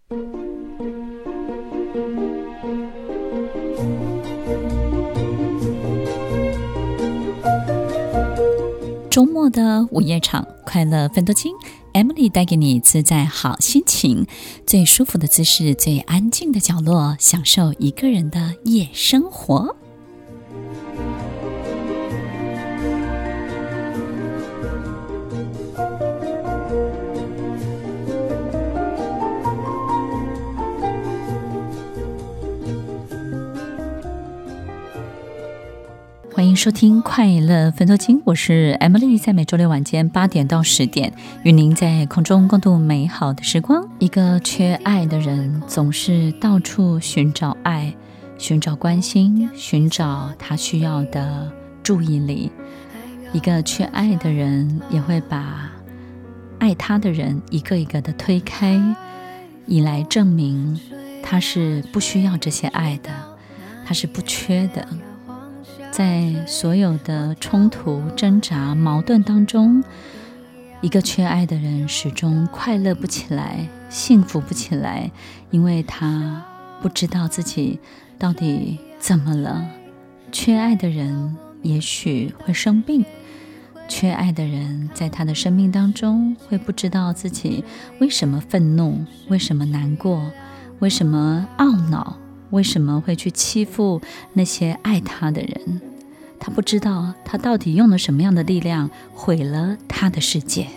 周末的午夜场，快乐分多金 Emily 带给你自在好心情，最舒服的姿势，最安静的角落，享受一个人的夜生活。欢迎收听快乐分多金，我是 Emily， 在每周六晚间8点到10点，与您在空中共度美好的时光。一个缺爱的人总是到处寻找爱，寻找关心，寻找他需要的注意力。一个缺爱的人也会把爱他的人一个一个的推开，以来证明他是不需要这些爱的，他是不缺的。在所有的冲突、挣扎、矛盾当中，一个缺爱的人始终快乐不起来，幸福不起来，因为他不知道自己到底怎么了。缺爱的人也许会生病，缺爱的人在他的生命当中会不知道自己为什么愤怒，为什么难过，为什么懊恼，为什么会去欺负那些爱他的人。他不知道他到底用了什么样的力量毁了他的世界。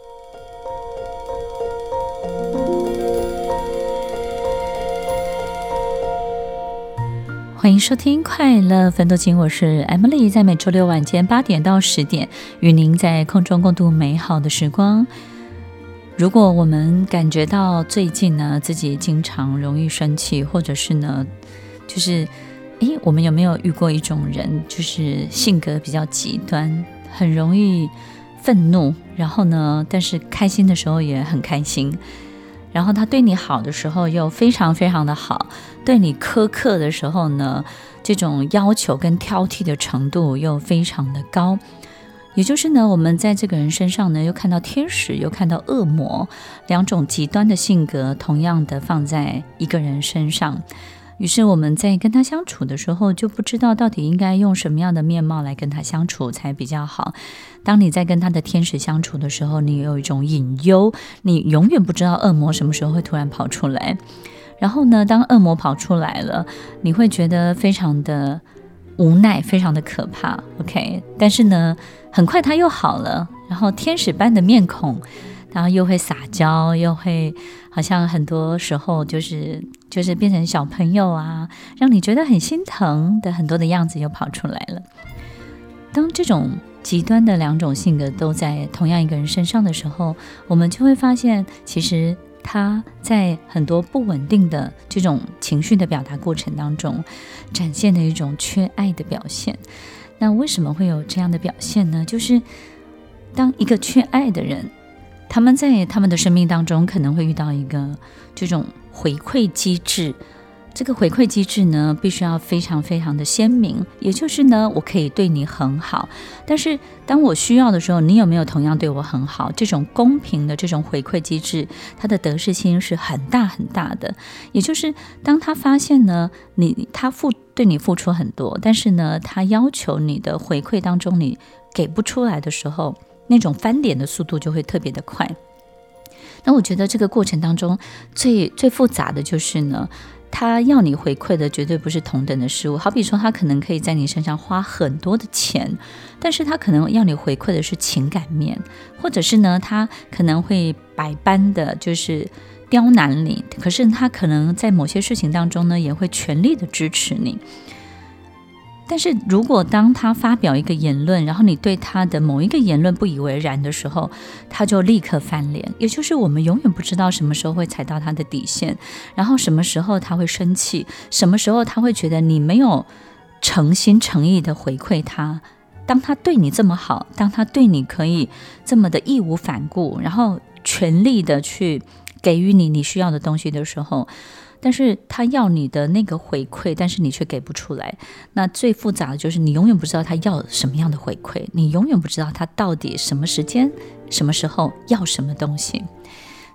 欢迎收听快乐分多金，我是 Emily， 在每周六晚间8点到10点，与您在空中共度美好的时光。如果我们感觉到最近呢，自己经常容易生气，或者是呢，我们有没有遇过一种人，就是性格比较极端，很容易愤怒，然后呢，但是开心的时候也很开心，然后他对你好的时候又非常非常的好，对你苛刻的时候呢，这种要求跟挑剔的程度又非常的高。也就是呢，我们在这个人身上呢，又看到天使，又看到恶魔，两种极端的性格同样的放在一个人身上。于是我们在跟他相处的时候，就不知道到底应该用什么样的面貌来跟他相处才比较好。当你在跟他的天使相处的时候，你有一种隐忧，你永远不知道恶魔什么时候会突然跑出来。然后呢，当恶魔跑出来了，你会觉得非常的无奈，非常的可怕 OK， 但是呢，很快他又好了，然后天使般的面孔，然后又会撒娇，又会好像很多时候就是变成小朋友啊，让你觉得很心疼的很多的样子又跑出来了。当这种极端的两种性格都在同样一个人身上的时候，我们就会发现，其实他在很多不稳定的这种情绪的表达过程当中，展现的一种缺爱的表现。那为什么会有这样的表现呢？就是当一个缺爱的人，他们在他们的生命当中可能会遇到一个这种回馈机制，这个回馈机制呢，必须要非常非常的鲜明，也就是呢，我可以对你很好，但是当我需要的时候，你有没有同样对我很好？这种公平的这种回馈机制，它的得失心是很大很大的。也就是当他发现呢，他对你付出很多，但是呢，他要求你的回馈当中你给不出来的时候，那种翻脸的速度就会特别的快。那我觉得这个过程当中最复杂的就是呢，他要你回馈的绝对不是同等的事物。好比说他可能可以在你身上花很多的钱，但是他可能要你回馈的是情感面，或者是呢，他可能会百般的就是刁难你，可是他可能在某些事情当中呢，也会全力的支持你。但是如果当他发表一个言论，然后你对他的某一个言论不以为然的时候，他就立刻翻脸。也就是我们永远不知道什么时候会踩到他的底线，然后什么时候他会生气，什么时候他会觉得你没有诚心诚意的回馈他。当他对你这么好，当他对你可以这么的义无反顾，然后全力的去给予你需要的东西的时候，但是他要你的那个回馈，但是你却给不出来。那最复杂的就是你永远不知道他要什么样的回馈，你永远不知道他到底什么时间什么时候要什么东西。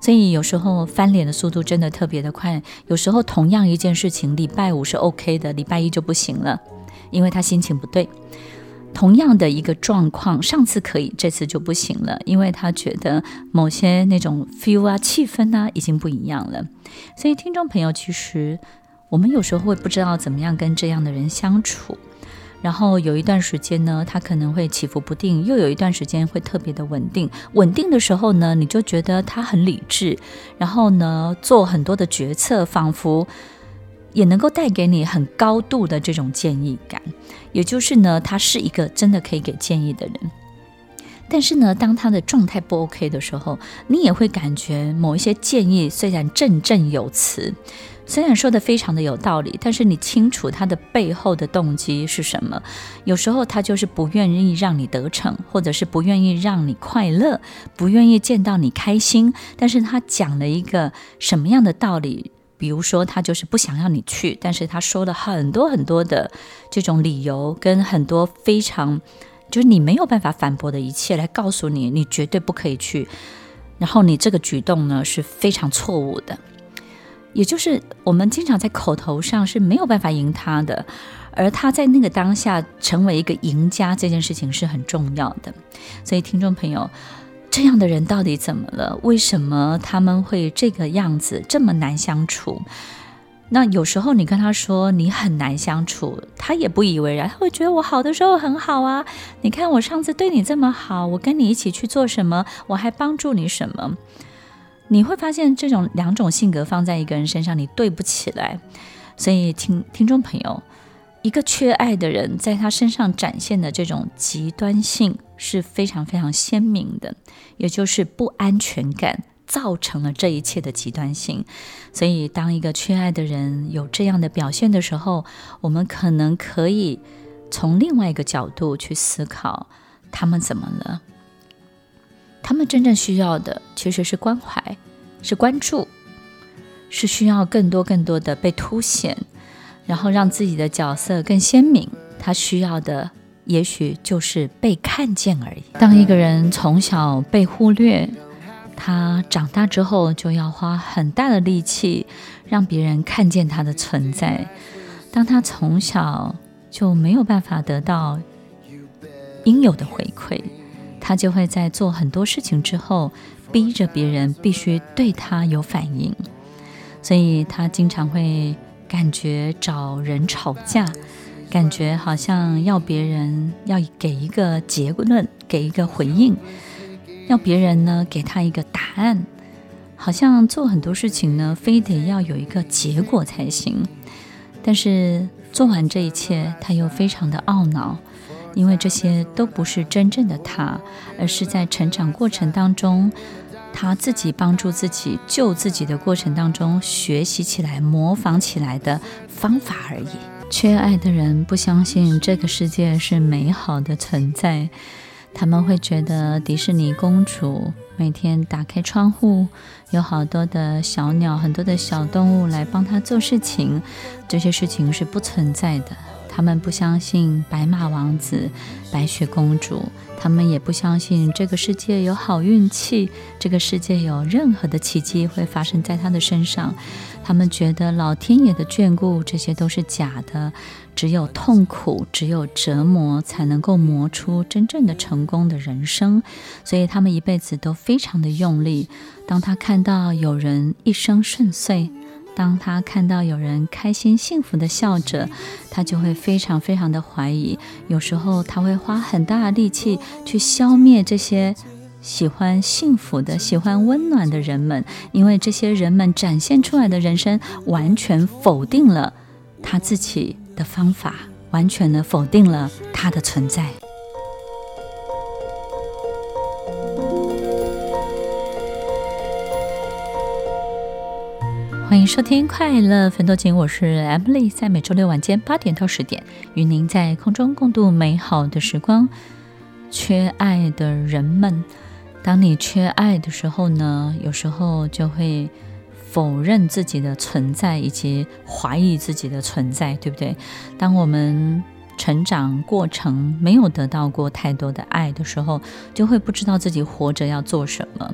所以有时候翻脸的速度真的特别的快，有时候同样一件事情礼拜五是 OK 的，礼拜一就不行了，因为他心情不对。同样的一个状况，上次可以，这次就不行了，因为他觉得某些那种 feel 啊、气氛啊已经不一样了。所以听众朋友，其实我们有时候会不知道怎么样跟这样的人相处，然后有一段时间呢，他可能会起伏不定，又有一段时间会特别的稳定。稳定的时候呢，你就觉得他很理智，然后呢做很多的决策，仿佛也能够带给你很高度的这种建议感，也就是呢，他是一个真的可以给建议的人。但是呢，当他的状态不 OK 的时候，你也会感觉某一些建议虽然振振有词，虽然说的非常的有道理，但是你清楚他的背后的动机是什么。有时候他就是不愿意让你得逞，或者是不愿意让你快乐，不愿意见到你开心，但是他讲了一个什么样的道理，比如说他就是不想让你去，但是他说了很多很多的这种理由，跟很多非常就是你没有办法反驳的一切来告诉你，你绝对不可以去，然后你这个举动呢是非常错误的。也就是我们经常在口头上是没有办法赢他的，而他在那个当下成为一个赢家，这件事情是很重要的。所以听众朋友，这样的人到底怎么了？为什么他们会这个样子，这么难相处？那有时候你跟他说你很难相处，他也不以为然，他会觉得我好的时候很好啊，你看我上次对你这么好，我跟你一起去做什么，我还帮助你什么。你会发现这种两种性格放在一个人身上，你对不起来。所以听众朋友，一个缺爱的人在他身上展现的这种极端性是非常非常鲜明的，也就是不安全感造成了这一切的极端性。所以当一个缺爱的人有这样的表现的时候，我们可能可以从另外一个角度去思考，他们怎么了？他们真正需要的其实是关怀，是关注，是需要更多的被凸显，然后让自己的角色更鲜明。他需要的也许就是被看见而已。当一个人从小被忽略，他长大之后就要花很大的力气让别人看见他的存在。当他从小就没有办法得到应有的回馈，他就会在做很多事情之后逼着别人必须对他有反应，所以他经常会感觉找人吵架，感觉好像要别人要给一个结论，给一个回应，要别人呢给他一个答案，好像做很多事情呢非得要有一个结果才行。但是做完这一切，他又非常的懊恼，因为这些都不是真正的他，而是在成长过程当中，他自己帮助自己、救自己的过程当中学习起来、模仿起来的方法而已。缺爱的人不相信这个世界是美好的存在，他们会觉得迪士尼公主每天打开窗户，有好多的小鸟、很多的小动物来帮她做事情，这些事情是不存在的。他们不相信白马王子、白雪公主，他们也不相信这个世界有好运气，这个世界有任何的奇迹会发生在他的身上。他们觉得老天爷的眷顾，这些都是假的，只有痛苦，只有折磨才能够磨出真正的成功的人生。所以他们一辈子都非常的用力。当他看到有人一生顺遂，当他看到有人开心幸福的笑着，他就会非常非常的怀疑。有时候他会花很大的力气去消灭这些喜欢幸福的、喜欢温暖的人们，因为这些人们展现出来的人生完全否定了他自己的方法，完全的否定了他的存在。欢迎收听快乐奋斗经，我是 Emily， 在每周六晚间8点到10点，与您在空中共度美好的时光。缺爱的人们，当你缺爱的时候呢，有时候就会否认自己的存在，以及怀疑自己的存在，对不对？当我们成长过程没有得到过太多的爱的时候，就会不知道自己活着要做什么。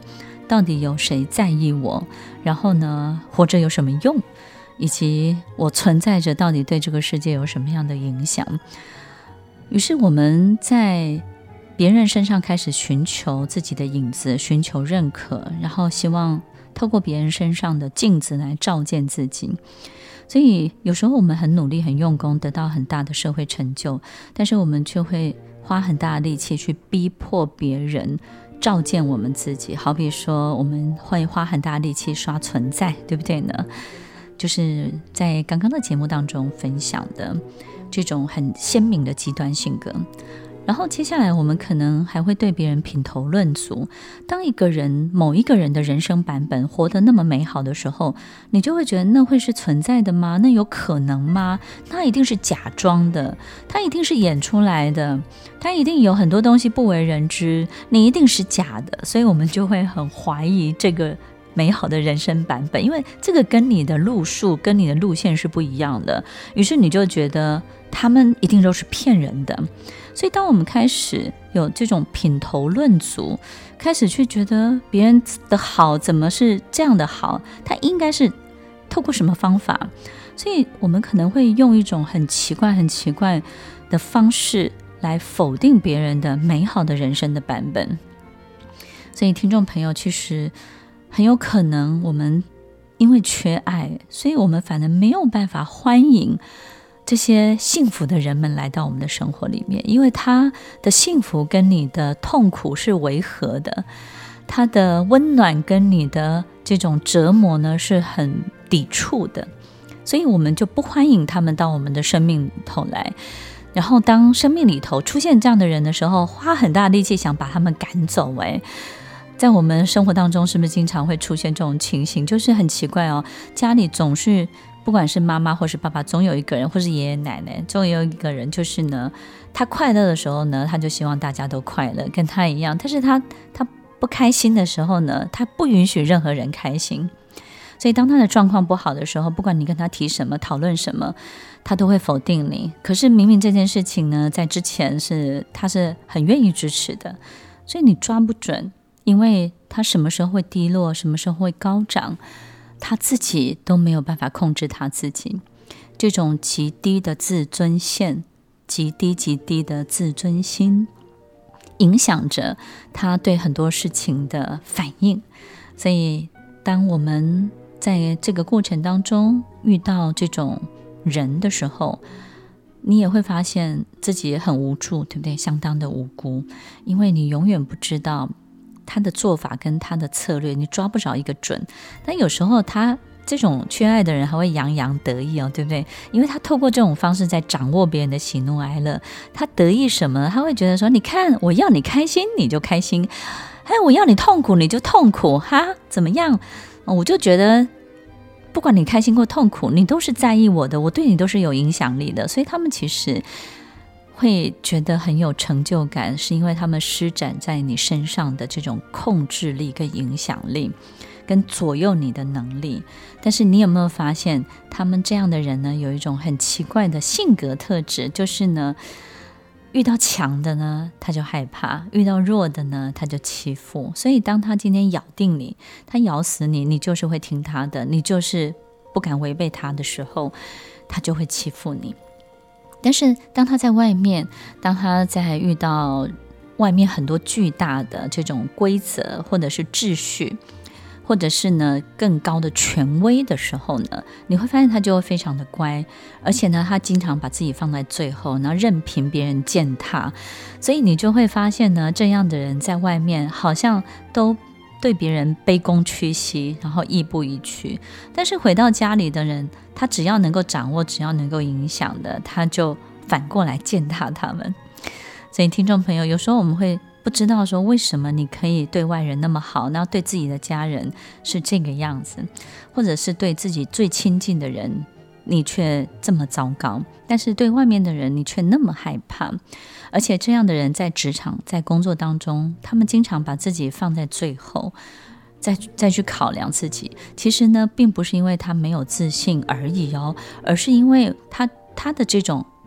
到底有谁在意我，然后呢，活着有什么用，以及我存在着到底对这个世界有什么样的影响。于是我们在别人身上开始寻求自己的影子，寻求认可，然后希望透过别人身上的镜子来照见自己。所以有时候我们很努力很用功，得到很大的社会成就，但是我们却会花很大的力气去逼迫别人照见我们自己。好比说我们会花很大的力气刷存在，对不对呢？就是在刚刚的节目当中分享的这种很鲜明的极端性格。然后接下来我们可能还会对别人品头论足。当某一个人的人生版本活得那么美好的时候，你就会觉得那会是存在的吗？那有可能吗？他一定是假装的，他一定是演出来的，他一定有很多东西不为人知，你一定是假的。所以我们就会很怀疑这个美好的人生版本，因为这个跟你的路数跟你的路线是不一样的，于是你就觉得他们一定都是骗人的。所以当我们开始有这种品头论足，开始去觉得别人的好怎么是这样的好，他应该是透过什么方法，所以我们可能会用一种很奇怪的方式来否定别人的美好的人生的版本。所以听众朋友，其实很有可能我们因为缺爱，所以我们反而没有办法欢迎这些幸福的人们来到我们的生活里面，因为他的幸福跟你的痛苦是违和的，他的温暖跟你的这种折磨呢是很抵触的，所以我们就不欢迎他们到我们的生命里头来。然后当生命里头出现这样的人的时候，花很大力气想把他们赶走。在我们生活当中是不是经常会出现这种情形？就是很奇怪哦，家里总是不管是妈妈或是爸爸，总有一个人，或是爷爷奶奶，总有一个人，就是呢，他快乐的时候呢，他就希望大家都快乐，跟他一样。但是他不开心的时候呢，他不允许任何人开心。所以当他的状况不好的时候，不管你跟他提什么，讨论什么，他都会否定你。可是明明这件事情呢，在之前他是很愿意支持的，所以你抓不准，因为他什么时候会低落，什么时候会高涨，他自己都没有办法控制他自己。这种极低的自尊线，极低的自尊心，影响着他对很多事情的反应。所以当我们在这个过程当中遇到这种人的时候，你也会发现自己也很无助，对不对？相当的无辜，因为你永远不知道他的做法跟他的策略，你抓不着一个准。但有时候他这种缺爱的人还会洋洋得意哦，对不对？因为他透过这种方式在掌握别人的喜怒哀乐。他得意什么？他会觉得说，你看我要你开心你就开心，我要你痛苦你就痛苦，怎么样？我就觉得不管你开心或痛苦，你都是在意我的，我对你都是有影响力的。所以他们其实会觉得很有成就感，是因为他们施展在你身上的这种控制力跟影响力跟左右你的能力。但是你有没有发现他们这样的人呢，有一种很奇怪的性格特质，就是呢，遇到强的呢他就害怕，遇到弱的呢他就欺负。所以当他今天咬定你，他咬死你，你就是会听他的，你就是不敢违背他的时候，他就会欺负你。但是当他在外面，当他在遇到外面很多巨大的这种规则或者是秩序，或者是呢更高的权威的时候呢，你会发现他就会非常的乖，而且呢他经常把自己放在最后，然后任凭别人践踏。所以你就会发现呢，这样的人在外面好像都对别人卑躬屈膝，然后亦步亦趋。但是回到家里的人，他只要能够掌握，只要能够影响的，他就反过来践踏他们。所以听众朋友，有时候我们会不知道说，为什么你可以对外人那么好，然后对自己的家人是这个样子，或者是对自己最亲近的人你却这么糟糕，但是对外面的人你却那么害怕。而且这样的人在职场在工作当中，他们经常把自己放在最后，再去考量自己。其实呢并不是因为他没有自信而已哦，而是因为他的这种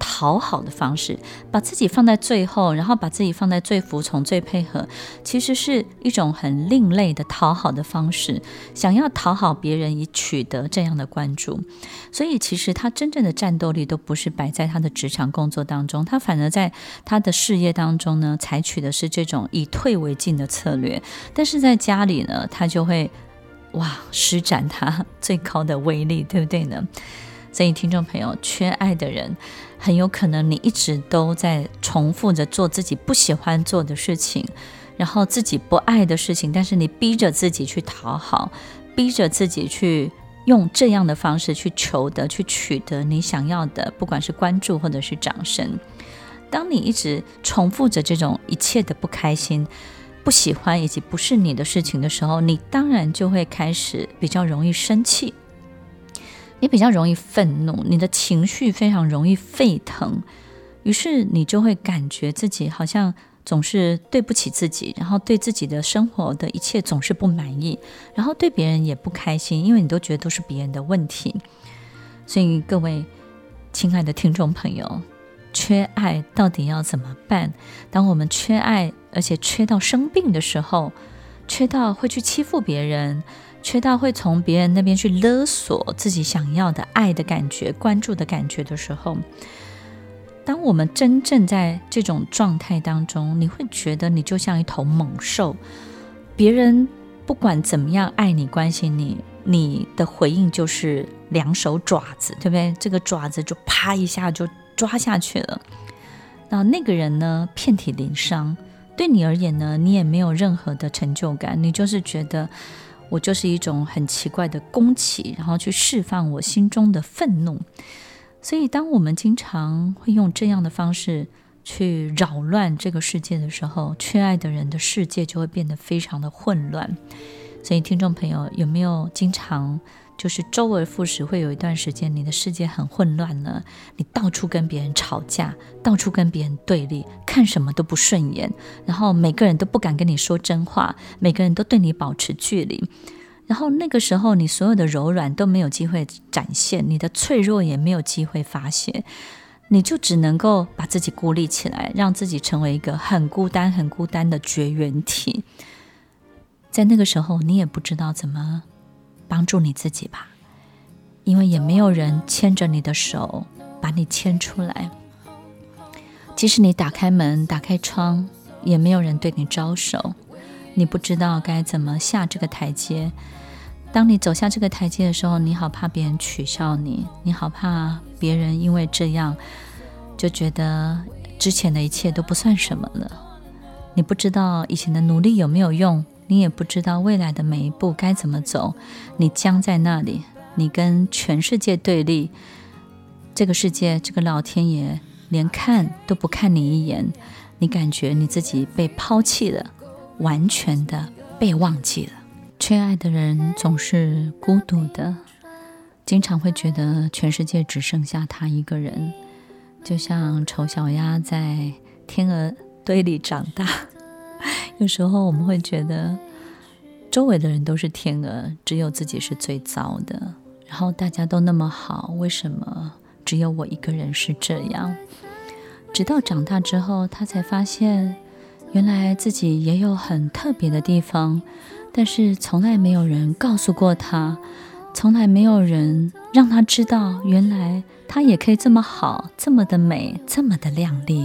讨好的方式，把自己放在最后，然后把自己放在最服从、最配合，其实是一种很另类的讨好的方式，想要讨好别人以取得这样的关注。所以其实他真正的战斗力都不是摆在他的职场工作当中，他反而在他的事业当中呢，采取的是这种以退为进的策略，但是在家里呢，他就会施展他最高的威力，对不对呢？所以听众朋友，缺爱的人很有可能你一直都在重复着做自己不喜欢做的事情，然后自己不爱的事情，但是你逼着自己去讨好，逼着自己去用这样的方式去求得、去取得你想要的，不管是关注或者是掌声。当你一直重复着这种一切的不开心、不喜欢以及不是你的事情的时候，你当然就会开始比较容易生气，你比较容易愤怒，你的情绪非常容易沸腾，于是你就会感觉自己好像总是对不起自己，然后对自己的生活的一切总是不满意，然后对别人也不开心，因为你都觉得都是别人的问题。所以各位亲爱的听众朋友，缺爱到底要怎么办？当我们缺爱，而且缺到生病的时候，缺到会去欺负别人，缺到会从别人那边去勒索自己想要的爱的感觉、关注的感觉的时候，当我们真正在这种状态当中，你会觉得你就像一头猛兽，别人不管怎么样爱你、关心你，你的回应就是两手爪子，对不对？这个爪子就啪一下就抓下去了。那个人呢，遍体鳞伤，对你而言呢，你也没有任何的成就感，你就是觉得我就是一种很奇怪的攻击，然后去释放我心中的愤怒。所以当我们经常会用这样的方式去扰乱这个世界的时候，缺爱的人的世界就会变得非常的混乱。所以听众朋友，有没有经常就是周而复始会有一段时间你的世界很混乱呢？你到处跟别人吵架，到处跟别人对立，看什么都不顺眼，然后每个人都不敢跟你说真话，每个人都对你保持距离，然后那个时候你所有的柔软都没有机会展现，你的脆弱也没有机会发泄，你就只能够把自己孤立起来，让自己成为一个很孤单很孤单的绝缘体。在那个时候你也不知道怎么帮助你自己吧，因为也没有人牵着你的手把你牵出来，即使你打开门打开窗，也没有人对你招手，你不知道该怎么下这个台阶。当你走下这个台阶的时候，你好怕别人取笑你，你好怕别人因为这样就觉得之前的一切都不算什么了。你不知道以前的努力有没有用，你也不知道未来的每一步该怎么走，你僵在那里，你跟全世界对立，这个世界这个老天爷连看都不看你一眼，你感觉你自己被抛弃了，完全的被忘记了。缺爱的人总是孤独的，经常会觉得全世界只剩下他一个人，就像丑小鸭在天鹅堆里长大。有时候我们会觉得周围的人都是天鹅，只有自己是最糟的，然后大家都那么好，为什么只有我一个人是这样？直到长大之后，他才发现原来自己也有很特别的地方，但是从来没有人告诉过他，从来没有人让他知道，原来他也可以这么好，这么的美，这么的亮丽。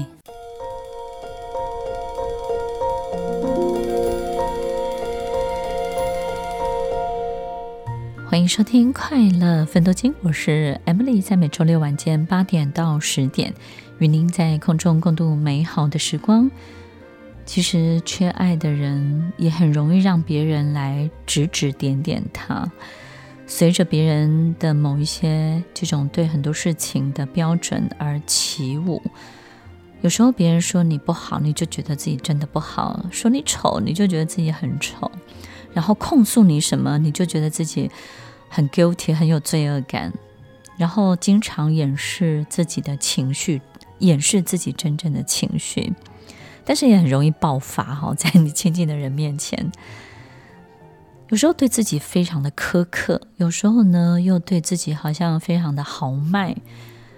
欢迎收听快乐分多金，我是 Emily， 在每周六晚间8点到10点，与您在空中共度美好的时光。其实缺爱的人也很容易让别人来指指点点他，随着别人的某一些这种对很多事情的标准而起舞。有时候别人说你不好，你就觉得自己真的不好，说你丑，你就觉得自己很丑，然后控诉你什么，你就觉得自己很 guilty， 很有罪恶感，然后经常掩饰自己的情绪，掩饰自己真正的情绪，但是也很容易爆发在你亲近的人面前。有时候对自己非常的苛刻，有时候呢又对自己好像非常的豪迈。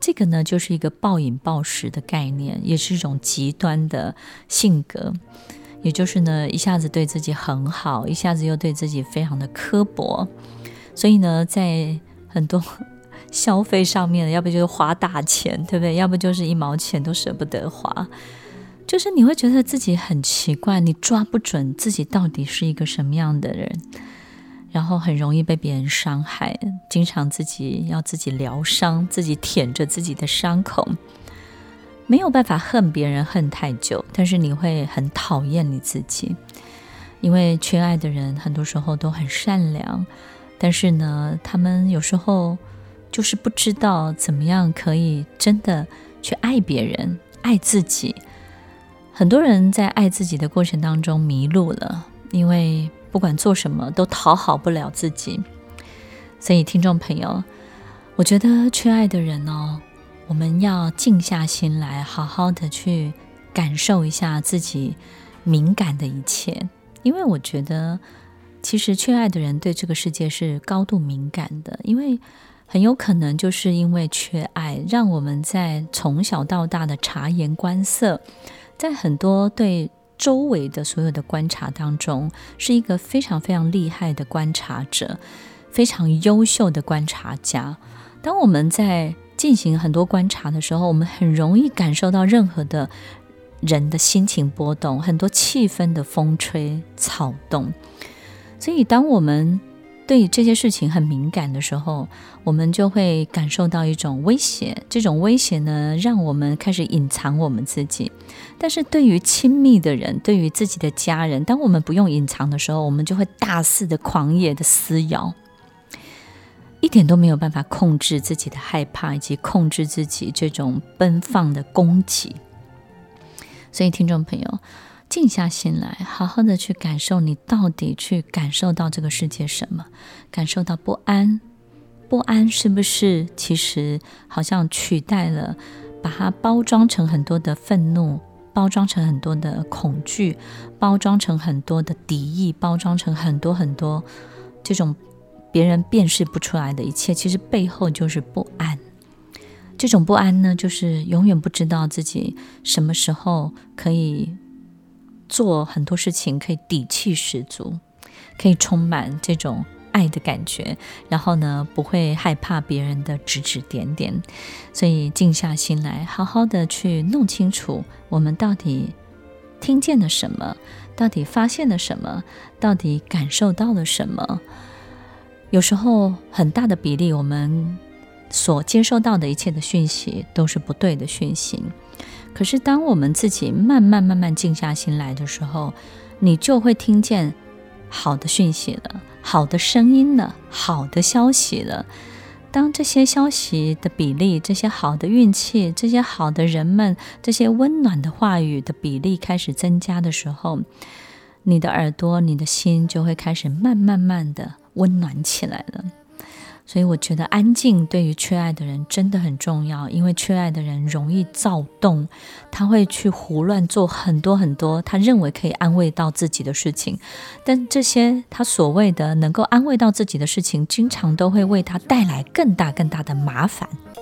这个呢就是一个暴饮暴食的概念，也是一种极端的性格，也就是呢一下子对自己很好，一下子又对自己非常的刻薄，所以呢在很多消费上面，要不就是花大钱，对不对？要不就是1毛钱都舍不得花，就是你会觉得自己很奇怪，你抓不准自己到底是一个什么样的人，然后很容易被别人伤害，经常自己要自己疗伤，自己舔着自己的伤口，没有办法恨别人恨太久，但是你会很讨厌你自己，因为缺爱的人很多时候都很善良，但是呢他们有时候就是不知道怎么样可以真的去爱别人，爱自己。很多人在爱自己的过程当中迷路了，因为不管做什么都讨好不了自己。所以听众朋友，我觉得缺爱的人我们要静下心来，好好的去感受一下自己敏感的一切。因为我觉得其实缺爱的人对这个世界是高度敏感的，因为很有可能就是因为缺爱，让我们在从小到大的察言观色，在很多对周围的所有的观察当中，是一个非常非常厉害的观察者，非常优秀的观察家。当我们在进行很多观察的时候，我们很容易感受到任何的人的心情波动，很多气氛的风吹草动。所以当我们对这些事情很敏感的时候，我们就会感受到一种威胁，这种威胁呢，让我们开始隐藏我们自己。但是对于亲密的人，对于自己的家人，当我们不用隐藏的时候，我们就会大肆的狂野的撕咬，一点都没有办法控制自己的害怕，以及控制自己这种奔放的攻击。所以听众朋友，静下心来，好好的去感受，你到底去感受到这个世界什么？感受到不安，不安是不是其实好像取代了，把它包装成很多的愤怒，包装成很多的恐惧，包装成很多的敌意，包装成很多很多这种别人辨识不出来的一切，其实背后就是不安。这种不安呢，就是永远不知道自己什么时候可以做很多事情，可以底气十足，可以充满这种爱的感觉，然后呢不会害怕别人的指指点点。所以静下心来，好好的去弄清楚我们到底听见了什么，到底发现了什么，到底感受到了什么。有时候很大的比例，我们所接收到的一切的讯息都是不对的讯息。可是当我们自己慢慢静下心来的时候，你就会听见好的讯息了，好的声音了，好的消息了。当这些消息的比例，这些好的运气，这些好的人们，这些温暖的话语的比例开始增加的时候，你的耳朵，你的心就会开始慢慢的温暖起来了。所以我觉得安静对于缺爱的人真的很重要，因为缺爱的人容易躁动，他会去胡乱做很多很多他认为可以安慰到自己的事情，但这些他所谓的能够安慰到自己的事情，经常都会为他带来更大的麻烦。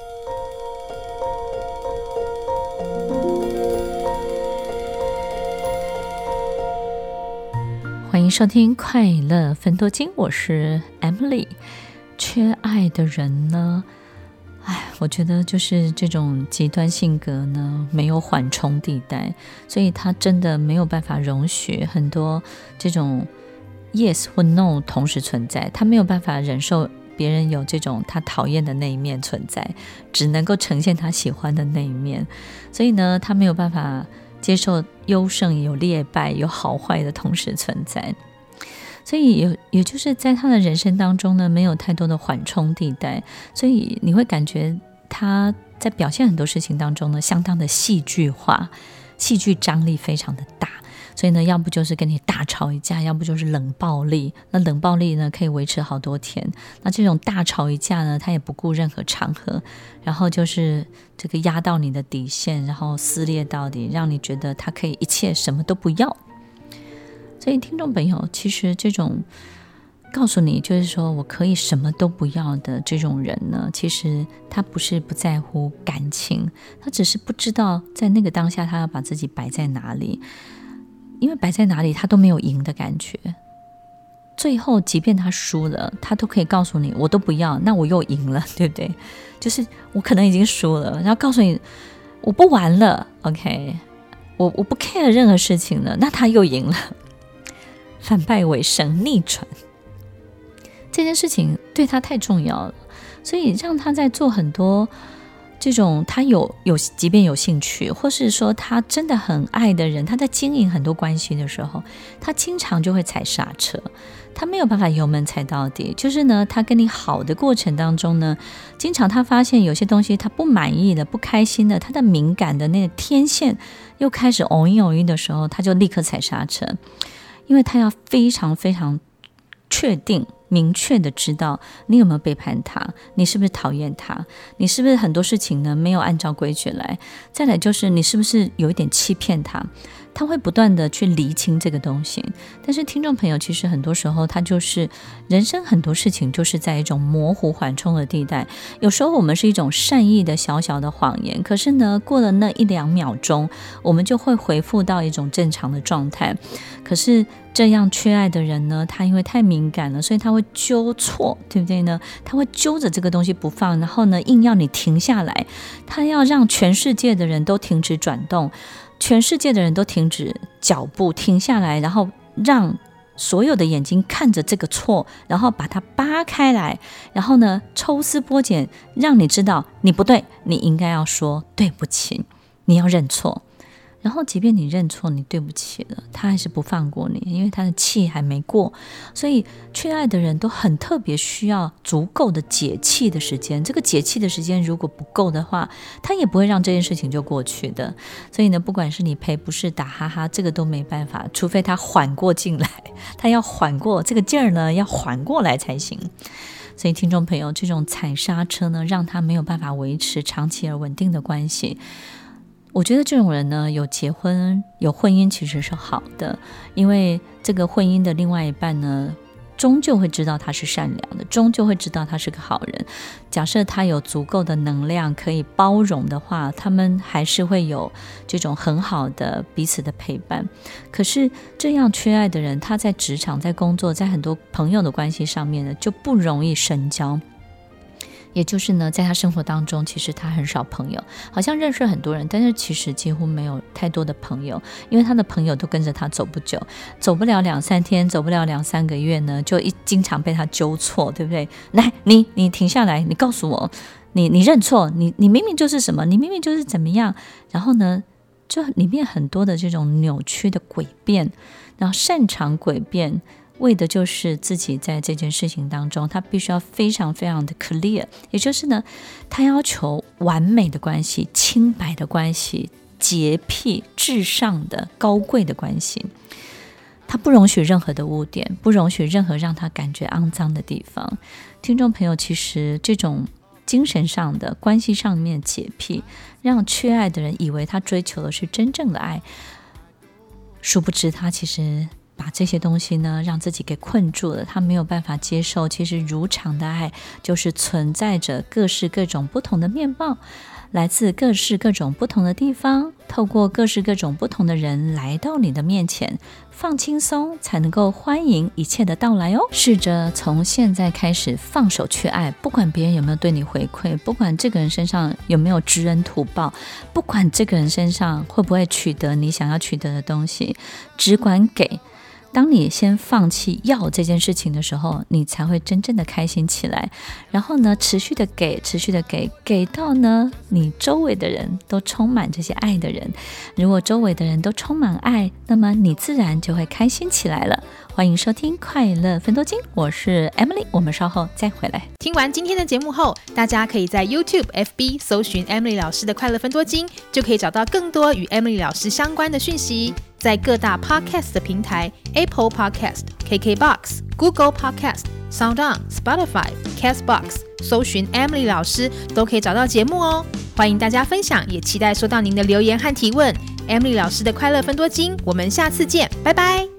欢迎收听快乐分多金，我是 Emily。缺爱的人呢，我觉得就是这种极端性格呢，没有缓冲地带，所以他真的没有办法容许很多这种 yes 或 no 同时存在，他没有办法忍受别人有这种他讨厌的那一面存在，只能够呈现他喜欢的那一面，所以呢，他没有办法接受优胜有劣败，有好坏的同时存在。所以也就是在他的人生当中呢，没有太多的缓冲地带，所以你会感觉他在表现很多事情当中呢，相当的戏剧化，戏剧张力非常的大。所以呢，要不就是跟你大吵一架，要不就是冷暴力。那冷暴力呢，可以维持好多天。那这种大吵一架呢，他也不顾任何场合，然后就是这个压到你的底线，然后撕裂到底，让你觉得他可以一切什么都不要。所以听众朋友，其实这种告诉你就是说我可以什么都不要的这种人呢，其实他不是不在乎感情，他只是不知道在那个当下他要把自己摆在哪里，因为摆在哪里他都没有赢的感觉，最后即便他输了，他都可以告诉你我都不要，那我又赢了，对不对？就是我可能已经输了，然后告诉你我不玩了 OK， 我不 care 任何事情了，那他又赢了，反败为胜，逆转。这件事情对他太重要了，所以让他在做很多这种他即便有兴趣，或是说他真的很爱的人，他在经营很多关系的时候，他经常就会踩刹车，他没有办法油门踩到底。就是呢，他跟你好的过程当中呢，经常他发现有些东西他不满意的、不开心的，他的敏感的那个天线又开始偶一的时候，他就立刻踩刹车，因为他要非常非常确定明确的知道你有没有背叛他，你是不是讨厌他，你是不是很多事情呢没有按照规矩来，再来就是你是不是有一点欺骗他，他会不断的去厘清这个东西。但是听众朋友，其实很多时候他就是人生很多事情就是在一种模糊缓冲的地带，有时候我们是一种善意的小小的谎言，可是呢过了那1-2秒钟，我们就会回复到一种正常的状态。可是这样缺爱的人呢，他因为太敏感了，所以他会纠错，对不对呢？他会揪着这个东西不放，然后呢硬要你停下来，他要让全世界的人都停止转动，全世界的人都停止脚步，停下来，然后让所有的眼睛看着这个错，然后把它扒开来，然后呢抽丝剥茧，让你知道你不对，你应该要说对不起，你要认错。然后即便你认错，你对不起了，他还是不放过你，因为他的气还没过。所以缺爱的人都很特别需要足够的解气的时间，这个解气的时间如果不够的话，他也不会让这件事情就过去的。所以呢，不管是你赔不是打哈哈，这个都没办法，除非他缓过劲来，他要缓过这个劲儿呢，要缓过来才行。所以听众朋友，这种踩刹车呢，让他没有办法维持长期而稳定的关系。我觉得这种人呢，有结婚有婚姻其实是好的，因为这个婚姻的另外一半呢，终究会知道他是善良的，终究会知道他是个好人。假设他有足够的能量可以包容的话，他们还是会有这种很好的彼此的陪伴。可是这样缺爱的人，他在职场、在工作、在很多朋友的关系上面呢，就不容易深交。也就是呢，在他生活当中，其实他很少朋友，好像认识很多人，但是其实几乎没有太多的朋友，因为他的朋友都跟着他走不久，走不了2-3天，走不了2-3个月呢，就经常被他纠错，对不对？来，你停下来，你告诉我，你认错，你明明就是什么，你明明就是怎么样，然后呢，就里面很多的这种扭曲的诡辩，然后擅长诡辩，为的就是自己在这件事情当中，他必须要非常非常的 clear， 也就是呢，他要求完美的关系、清白的关系、洁癖、至上的高贵的关系，他不容许任何的污点，不容许任何让他感觉肮脏的地方。听众朋友，其实这种精神上的关系上面的洁癖，让缺爱的人以为他追求的是真正的爱，殊不知他其实把这些东西呢让自己给困住了，他没有办法接受其实如常的爱就是存在着各式各种不同的面貌，来自各式各种不同的地方，透过各式各种不同的人来到你的面前，放轻松才能够欢迎一切的到来哦。试着从现在开始放手去爱，不管别人有没有对你回馈，不管这个人身上有没有知恩图报，不管这个人身上会不会取得你想要取得的东西，只管给。当你先放弃要这件事情的时候，你才会真正的开心起来，然后呢持续的给，持续的给到呢你周围的人都充满这些爱的人。如果周围的人都充满爱，那么你自然就会开心起来了。欢迎收听快乐分多金，我是 Emily， 我们稍后再回来。 听完今天的节目后，大家可以在 YouTube、FB 搜寻 Emily 老师的快乐分多金，就可以找到更多与 Emily 老师相关的讯息。在各大 Podcast 的平台 Apple Podcast、KKBox、Google Podcast、SoundOn、Spotify、Castbox 搜寻 Emily 老师都可以找到节目哦。欢迎大家分享，也期待收到您的留言和提问。Emily 老师的快乐分多金，我们下次见，拜拜。